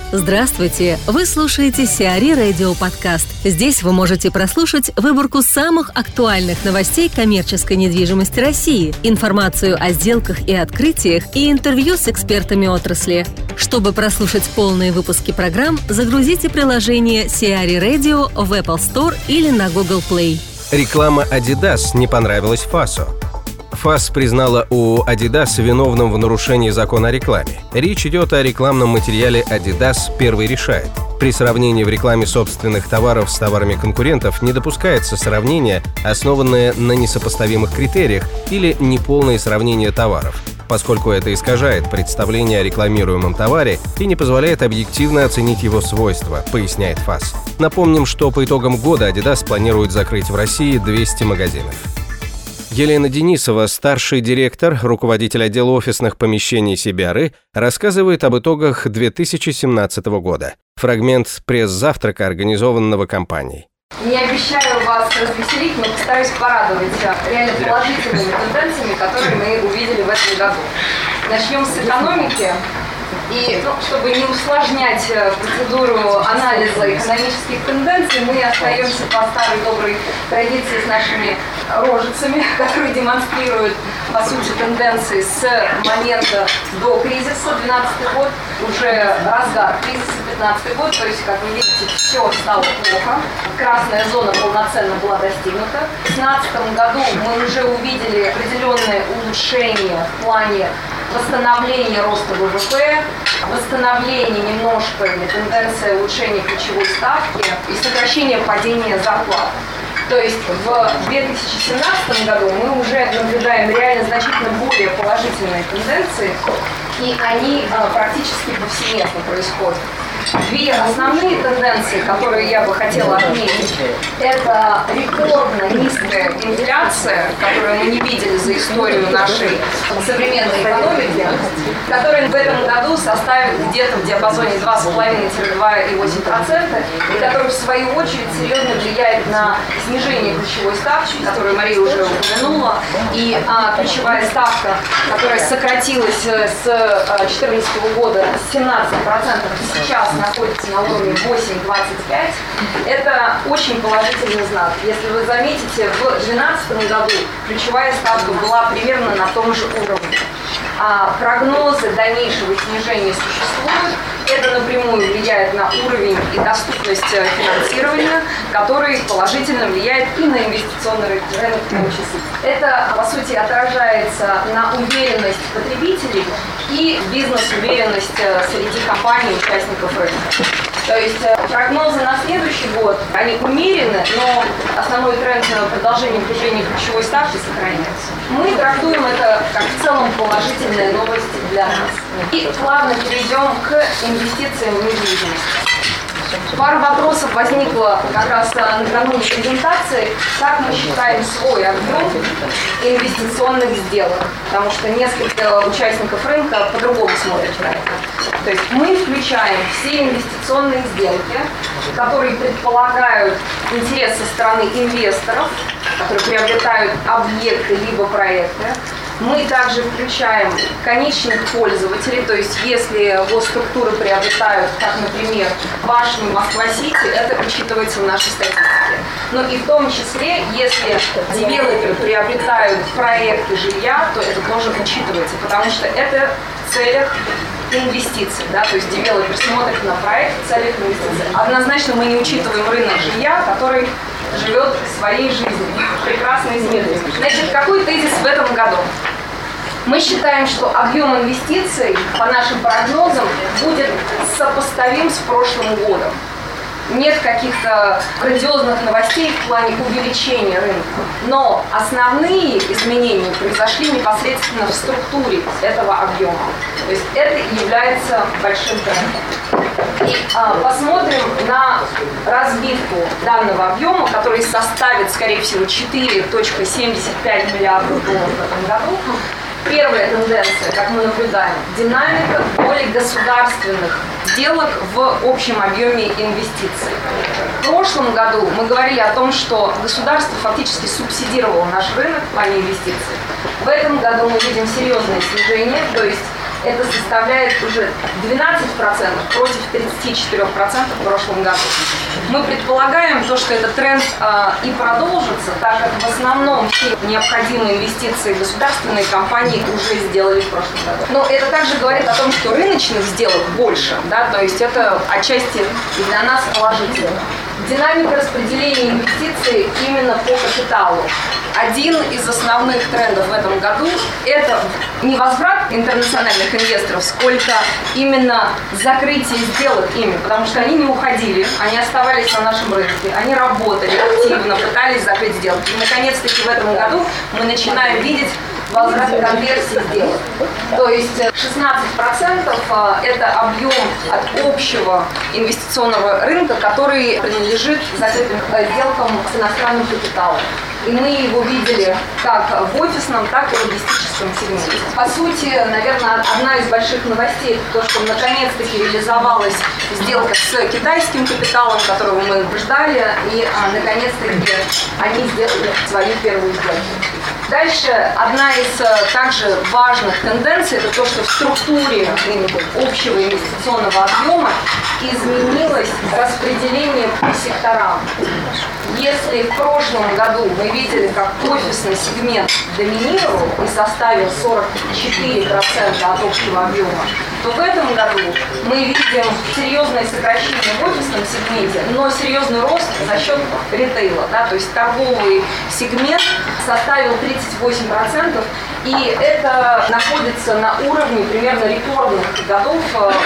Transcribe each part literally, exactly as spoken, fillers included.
Здравствуйте! Вы слушаете Сиари Радио Подкаст. Здесь вы можете прослушать выборку самых актуальных новостей коммерческой недвижимости России, информацию о сделках и открытиях и интервью с экспертами отрасли. Чтобы прослушать полные выпуски программ, загрузите приложение Сиари Radio в Apple Store или на Google Play. Реклама Adidas не понравилась ФАСу. ФАС признала ООО «Adidas» виновным в нарушении закона о рекламе. Речь идет о рекламном материале «Adidas. Первый решает». При сравнении в рекламе собственных товаров с товарами конкурентов не допускается сравнение, основанное на несопоставимых критериях или неполное сравнение товаров, поскольку это искажает представление о рекламируемом товаре и не позволяет объективно оценить его свойства, поясняет ФАС. Напомним, что по итогам года Adidas планирует закрыть в России двести магазинов. Елена Денисова, старший директор, руководитель отдела офисных помещений Сибиары, рассказывает об итогах две тысячи семнадцатого года. Фрагмент пресс-завтрака, организованного компанией. Не обещаю вас развеселить, но постараюсь порадовать реально положительными тенденциями, которые мы увидели в этом году. Начнем с экономики. И ну, чтобы не усложнять процедуру анализа экономических тенденций, мы остаемся по старой доброй традиции с нашими рожицами, которые демонстрируют, по сути, тенденции с момента до кризиса, двенадцатый год, уже разгар кризиса, пятнадцатый год, то есть, как вы видите, все стало плохо, красная зона полноценно была достигнута. В две тысячи семнадцатом году мы уже увидели определенное улучшение в плане восстановление роста ВВП, восстановление немножко или тенденция улучшения ключевой ставки и сокращение падения зарплат. То есть в две тысячи семнадцатом году мы уже наблюдаем реально значительно более положительные тенденции, и они а, практически повсеместно происходят. Две основные тенденции, которые я бы хотела отметить, это рекордно низкая инфляция, которую мы не видели за историю нашей современной экономики, которая в этом году составит где-то в диапазоне два и пять - два и восемь десятых процента, и которая в свою очередь серьезно влияет на снижение ключевой ставки, которую Мария уже упомянула, и а, ключевая ставка, которая сократилась с две тысячи четырнадцатого года с семнадцати процентов, сейчас находится на уровне восемь целых двадцать пять сотых. Это очень положительный знак. Если вы заметите, в две тысячи двенадцатом году ключевая ставка была примерно на том же уровне. А прогнозы дальнейшего снижения существуют. Это напрямую влияет на уровень и доступность финансирования, который положительно влияет и на инвестиционный рынок в том числе. Это, по сути, отражается на уверенность потребителей и бизнес-уверенность среди компаний, участников рынка. То есть прогнозы на следующий год, они умерены, но основной тренд на продолжение движения ключевой ставки сохраняется. Мы трактуем это как в целом положительные новости для нас. И плавно перейдем к инвестициям в недвижимость. Пара вопросов возникла как раз накануне презентации. Как мы считаем свой объем инвестиционных сделок? Потому что несколько участников рынка по-другому смотрят на это. То есть мы включаем все инвестиционные сделки, которые предполагают интерес со стороны инвесторов, которые приобретают объекты либо проекты. Мы также включаем конечных пользователей, то есть если госструктуры приобретают, как, например, башню Москва-Сити, это учитывается в нашей статистике. Но и в том числе, если девелоперы приобретают проекты жилья, то это тоже учитывается, потому что это в целях инвестиций, да, то есть девелопер смотрит на проект в целях инвестиций. Однозначно мы не учитываем рынок жилья, который живет своей жизнью. Прекрасно известно. Значит, какой тезис в этом году? Мы считаем, что объем инвестиций, по нашим прогнозам, будет сопоставим с прошлым годом. Нет каких-то грандиозных новостей в плане увеличения рынка. Но основные изменения произошли непосредственно в структуре этого объема. То есть это является большим трендом. И а, посмотрим на разбивку данного объема, который составит, скорее всего, четыре целых семьдесят пять миллиардов долларов в этом году. Первая тенденция, как мы наблюдаем, динамика более государственных сделок в общем объеме инвестиций. В прошлом году мы говорили о том, что государство фактически субсидировало наш рынок в плане инвестиций. В этом году мы видим серьезное снижение, то есть это составляет уже двенадцать процентов против тридцати четырёх процентов в прошлом году. Мы предполагаем то, что этот тренд э, и продолжится, так как в основном все необходимые инвестиции государственные компании уже сделали в прошлом году. Но это также говорит о том, что рыночных сделок больше, да, то есть это отчасти и для нас положительно. Динамика распределения инвестиций именно по капиталу. Один из основных трендов в этом году – это не возврат интернациональных инвесторов, сколько именно закрытие сделок ими, потому что они не уходили, они оставались на нашем рынке, они работали активно, пытались закрыть сделки. И, наконец-таки, в этом году мы начинаем видеть возврат конверсии сделок. То есть шестнадцать процентов это объем от общего инвестиционного рынка, который принадлежит закрытым сделкам с иностранным капиталом. И мы его видели как в офисном, так и в логистическом сегменте. По сути, наверное, одна из больших новостей – то, что наконец-таки реализовалась сделка с китайским капиталом, которого мы ждали, и а, наконец-таки они сделали свою первую сделку. Дальше одна из также важных тенденций – это то, что в структуре общего инвестиционного объема изменилось распределение по секторам. Если в прошлом году мы видели, как офисный сегмент доминировал и составил сорок четыре процента от общего объема, то в этом году мы видим серьезное сокращение в офисном сегменте, но серьезный рост за счет ритейла. Да, то есть торговый сегмент составил тридцать восемь процентов, и это находится на уровне примерно рекордных годов,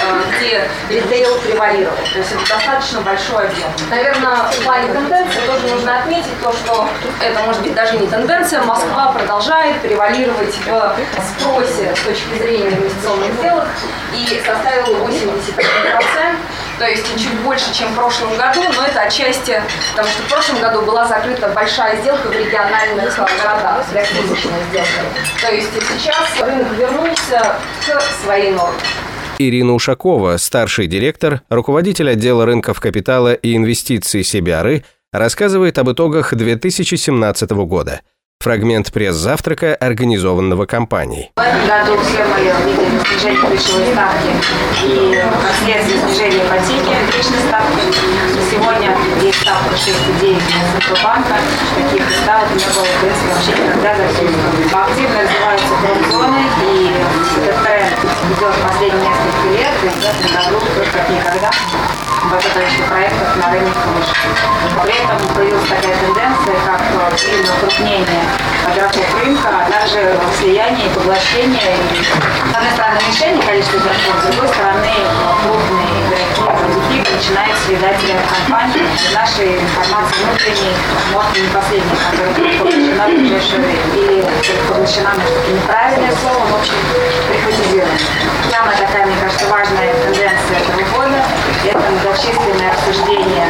где ритейл превалировал. То есть это достаточно большой объем. Наверное, в плане тенденции тоже нужно отметить то, что это может быть даже не тенденция. Москва продолжает превалировать в спросе с точки зрения инвестиционных сделок и составила восемьдесят один процент. То есть чуть больше, чем в прошлом году, но это отчасти, потому что в прошлом году была закрыта большая сделка в региональных городах, розничная сделка. То есть сейчас рынок вернулся к своей норме. Ирина Ушакова, старший директор, руководитель отдела рынков капитала и инвестиций Сибиары, рассказывает об итогах две тысячи семнадцатого года. Фрагмент пресс-завтрака, организованного компанией. В этом году все мы видели снижение ключевой ставки и, как следствие, снижение ипотеки личной ставки. Сегодня есть ставка шесть целых девять десятых Центробанка. Таких ставок не было, в принципе, вообще никогда за всю историю. Активно развиваются промзоны, и этот тренд идет последние несколько лет, и в этом году тоже как никогда богатейших проектов на рынке выше. При этом появилась такая тенденция, как сильное укрупнение игроков рынка, а также слияние и поглощение. С одной стороны, уменьшение количества игроков, с другой стороны, крупные игроки вроде ФИГ начинают съедать ряд компаний. Нашей информации внутренней, может, не последняя, которая будет поглощена в ближайшее время. Или поглощена, может, это неправильное слово, в общем, прихватизирована. Самая такая, мне кажется, важная тенденция этого года – это многочисленное обсуждение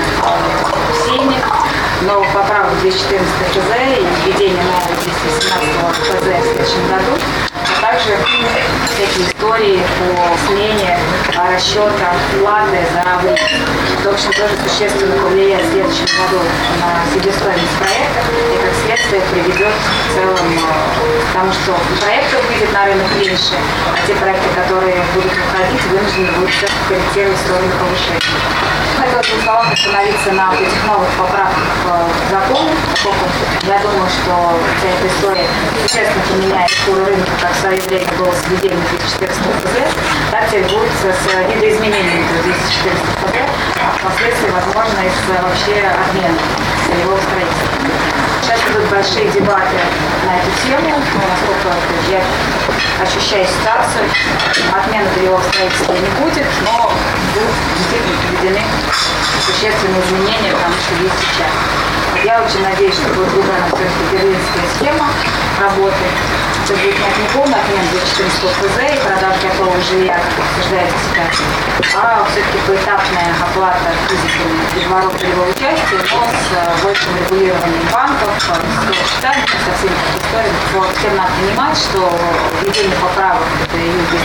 сенек, новых поправок в две тысячи четырнадцатом ФЗ и введение нового две тысячи семнадцатого ФЗ в следующем году, а также всякие истории по смене расчета платы за выезд. Это, в общем, тоже существенно повлияет в следующем году на себестоимость проекта и, как следствие, приведет в целом к тому, что проектов выйдет на рынок меньше, а те проекты, которые будут выходить, вынуждены будут корректировать в сторону повышения. Хотела бы словам остановиться на этих новых поправках в закон, поскольку я думаю, что вся эта история существенно поменяет структуру рынка, как в свое время было с введением две тысячи четырнадцатого ФЗ, так теперь будет с видоизменением две тысячи четырнадцатого ФЗ, а впоследствии, возможно, и с вообще отменой его строительства. Сейчас идут большие дебаты на эту тему, насколько я ощущаю ситуацию. Отмены долевого строительства не будет, но будут действительно приведены существенные изменения, потому что есть сейчас. Я очень надеюсь, что будет выбрана все-таки берлинская схема работы. Это будет не полный отмен две тысячи четырнадцатого ФЗ и продажа готового жилья, как обсуждается сейчас, а все-таки поэтапная оплата физиками переворот долевого участия, но с большим регулированием банков, с счетами, со всеми историями. Вот, всем надо понимать, что введение поправок это июль две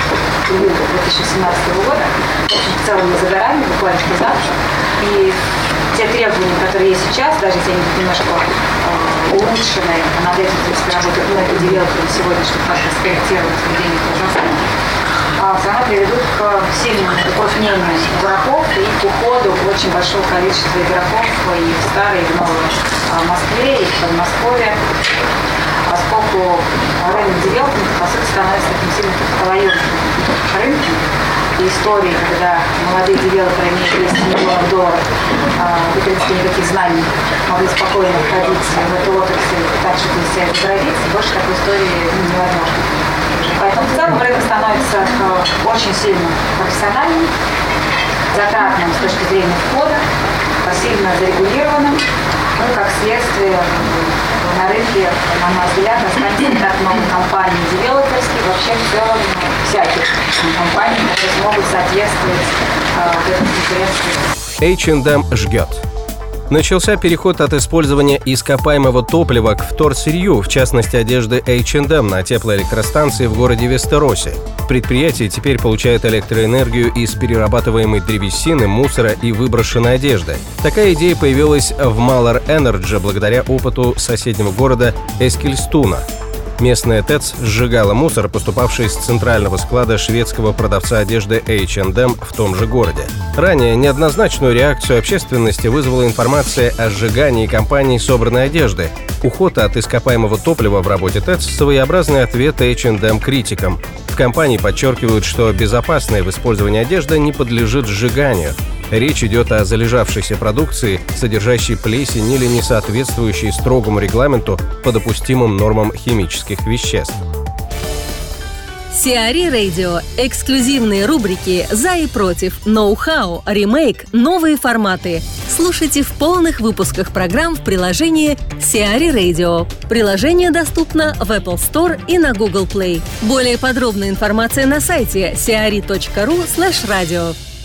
тысячи семнадцатого года, в общем, в целом не за горами, буквально завтра. И те требования, которые есть сейчас, даже если они будут немножко э, улучшены, над этим, в принципе, работают многие девелоперы сегодня, чтобы как-то скорректировать введение должностей, все равно приведут к сильному укрупнению игроков и к уходу очень большого количества игроков и в старой, и в новой Москве, и в Подмосковье, поскольку рынок девелопмента, по сути, становится таким сильно капиталоемким рынком. И истории, когда молодые девелоперы, имея двести миллионов долларов, в принципе, никаких знаний, могли спокойно входить в эту отрасль, так, чтобы себя заградиться, больше такой истории ну, невозможно. Поэтому в целом рынок становится очень сильно профессиональным, затратным с точки зрения входа, сильно зарегулированным, ну и как следствие на рынке, на мой взгляд, останется не так много компаний девелоперских, вообще в целом всяких компаний, которые смогут соответствовать э, этой конкуренции. эйч энд эм жгет. Начался переход от использования ископаемого топлива к вторсырью, в частности одежды эйч энд эм на теплоэлектростанции в городе Вестеросе. Предприятие теперь получает электроэнергию из перерабатываемой древесины, мусора и выброшенной одежды. Такая идея появилась в Малар Энерджи благодаря опыту соседнего города Эскильстуна. Местная ТЭЦ сжигала мусор, поступавший с центрального склада шведского продавца одежды эйч энд эм в том же городе. Ранее неоднозначную реакцию общественности вызвала информация о сжигании компаний собранной одежды. Уход от ископаемого топлива в работе ТЭЦ – своеобразный ответ эйч энд эм критикам. В компании подчеркивают, что безопасная в использовании одежда не подлежит сжиганию. Речь идет о залежавшейся продукции, содержащей плесень или не соответствующей строгому регламенту по допустимым нормам химических веществ. Сиари Radio. Эксклюзивные рубрики «За и против», «Ноу-хау», «Ремейк», «Новые форматы». Слушайте в полных выпусках программ в приложении Сиари Radio. Приложение доступно в Apple Store и на Google Play. Более подробная информация на сайте сиари точка ру слэш радио.